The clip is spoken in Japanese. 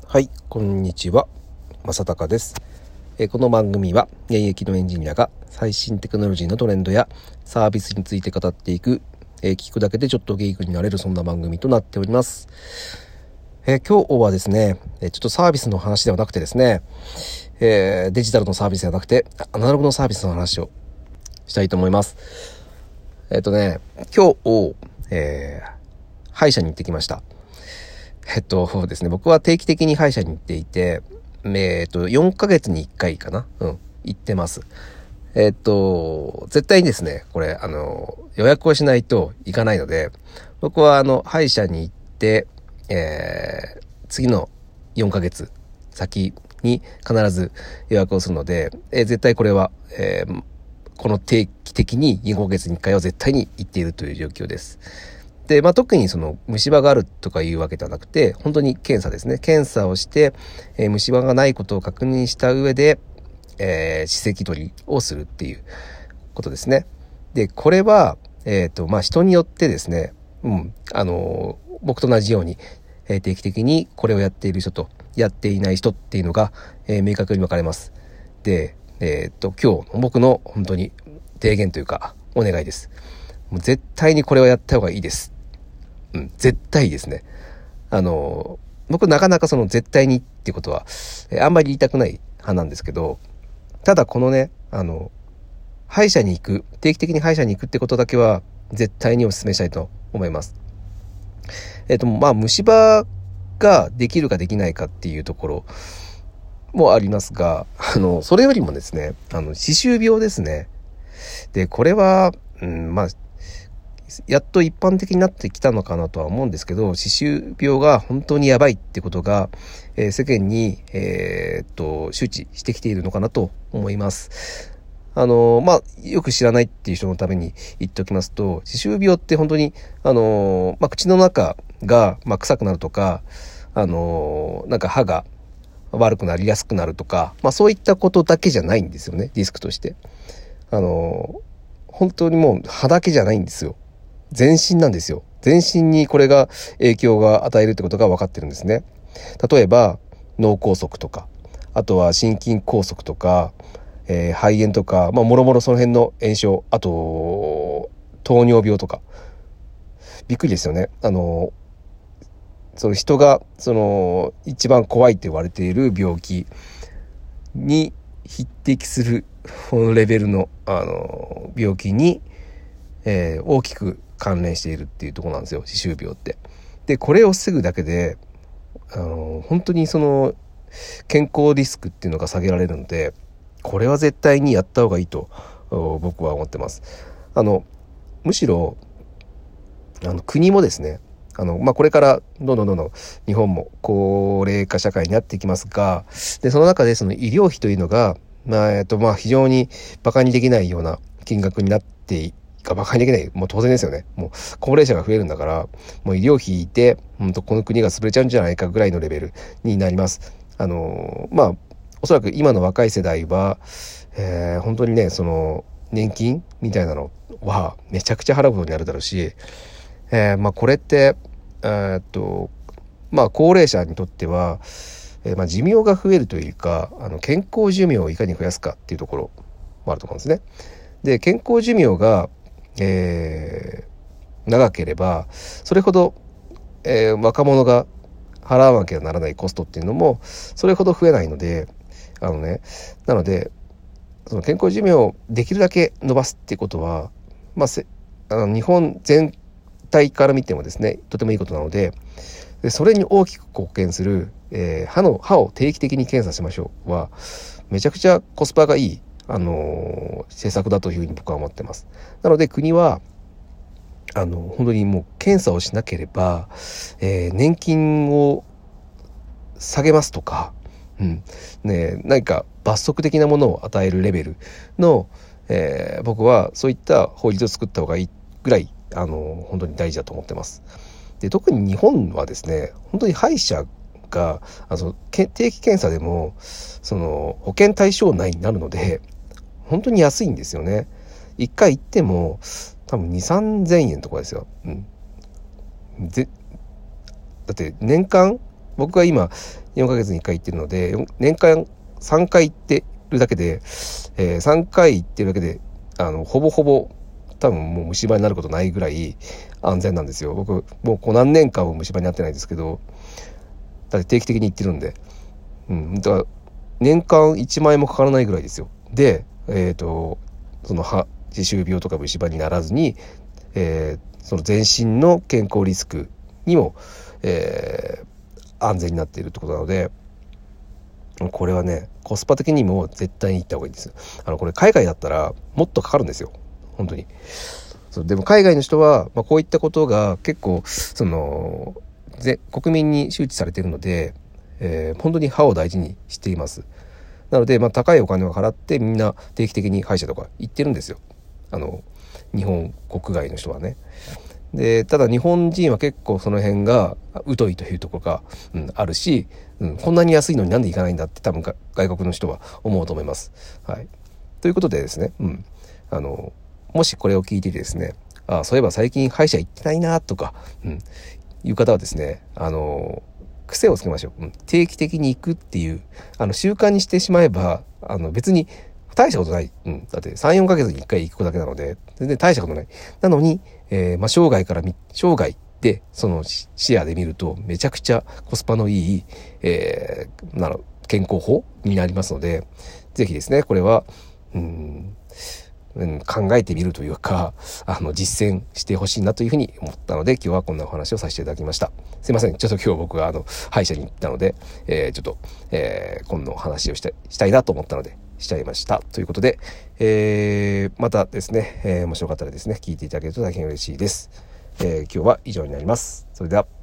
はい、こんにちは。正隆です。この番組は現役のエンジニアが最新テクノロジーのトレンドやサービスについて語っていく、聞くだけでちょっとゲークになれるそんな番組となっております。今日はですね、ちょっとサービスの話ではなくてですね、デジタルのサービスではなくてアナログのサービスの話をしたいと思います。今日、歯医者に行ってきました。ですね、僕は定期的に歯医者に行っていて、4ヶ月に1回かな、行ってます。絶対にですね、これ、予約をしないといかないので、僕は歯医者に行って、次の4ヶ月先に必ず予約をするので、絶対これは、この定期的に4ヶ月に1回は絶対に行っているという状況です。で、特にその虫歯があるとかいうわけではなくて、本当に検査ですね。検査をして、虫歯がないことを確認した上で、歯石取りをするっていうことですね。で、これは、人によってですね、僕と同じように、定期的にこれをやっている人とやっていない人っていうのが、明確に分かれます。で、今日の僕の本当に提言というか、お願いです。もう絶対にこれをやった方がいいです。絶対いいですね。僕なかなかその絶対にっていうことは、あんまり言いたくない派なんですけど、ただこのね、歯医者に行く、定期的に歯医者に行くってことだけは絶対にお勧めしたいと思います。虫歯ができるかできないかっていうところもありますが、それよりもですね、歯周病ですね。で、これは、やっと一般的になってきたのかなとは思うんですけど、歯周病が本当にやばいってことが、世間に、周知してきているのかなと思います。よく知らないっていう人のために言っておきますと、歯周病って本当に、口の中が、臭くなるとか、歯が悪くなりやすくなるとか、そういったことだけじゃないんですよね、リスクとして。本当にもう歯だけじゃないんですよ。全身なんですよ。全身にこれが影響が与えるってことが分かってるんですね。例えば脳梗塞とか、あとは心筋梗塞とか、肺炎とか、もろもろその辺の炎症、あと糖尿病とか、びっくりですよね。その人が一番怖いって言われている病気に匹敵するレベルの病気に、大きく関連しているっていうところなんですよ、歯周病って。で、これを防ぐだけで本当にその健康リスクっていうのが下げられるので、これは絶対にやった方がいいと僕は思ってます。むしろ国もですね、これからどんどん日本も高齢化社会になっていきますが、でその中でその医療費というのが非常にバカにできないような金額になってバカにできない、もう当然ですよね。もう高齢者が増えるんだから、もう医療費でこの国が潰れちゃうんじゃないかぐらいのレベルになります。おそらく今の若い世代は、本当にね、その年金みたいなのはめちゃくちゃ払うことになるだろうし、これって高齢者にとっては、寿命が増えるというか、健康寿命をいかに増やすかっていうところもあると思うんですね。で、健康寿命が長ければそれほど、若者が払わなきゃならないコストっていうのもそれほど増えないので、なのでその健康寿命をできるだけ伸ばすっていうことは、日本全体から見てもですね、とてもいいことなので、それに大きく貢献する、歯を定期的に検査しましょうはめちゃくちゃコスパがいい政策だというふうに僕は思ってます。なので国は本当にもう検査をしなければ、年金を下げますとか、何か罰則的なものを与えるレベルの、僕はそういった法律を作った方がいいぐらい本当に大事だと思ってます。で、特に日本はですね、本当に歯医者が定期検査でもその保険対象内になるので本当に安いんですよね。一回行っても多分 2,3,000 円とかですよ。だって年間僕が今4ヶ月に1回行ってるので、年間3回行ってるだけで、3回行ってるだけでほぼほぼ多分もう虫歯になることないぐらい安全なんですよ。僕もう何年間も虫歯になってないですけど、だって定期的に行ってるんで、だから年間1万円もかからないぐらいですよ。で、その歯周病とか虫歯にならずに、その全身の健康リスクにも、安全になっているってことなので、これはね、コスパ的にも絶対に行った方がいいんですよ。これ海外だったらもっとかかるんですよ、本当に。でも海外の人は、こういったことが結構国民に周知されているので、本当に歯を大事にしています。なので、高いお金を払ってみんな定期的に歯医者とか行ってるんですよ。日本国外の人はね。で、ただ日本人は結構その辺が疎いというところが、あるし、こんなに安いのになんで行かないんだって多分外国の人は思うと思います。はい。ということでですね、もしこれを聞いてですね、そういえば最近歯医者行ってないなとか、いう方はですね、癖をつけましょう。定期的に行くっていう習慣にしてしまえば別に大したことない。だって3、4ヶ月に1回行くだけなので全然大したことない。なのに、生涯でその視野で見るとめちゃくちゃコスパのいい、健康法になりますので、ぜひですねこれは考えてみるというか実践してほしいなというふうに思ったので、今日はこんなお話をさせていただきました。すいません、ちょっと今日僕が歯医者に行ったので、ちょっと、今度話をしたいなと思ったのでしちゃいましたということで、またですね、面白かったらですね聞いていただけると大変嬉しいです。今日は以上になります。それでは。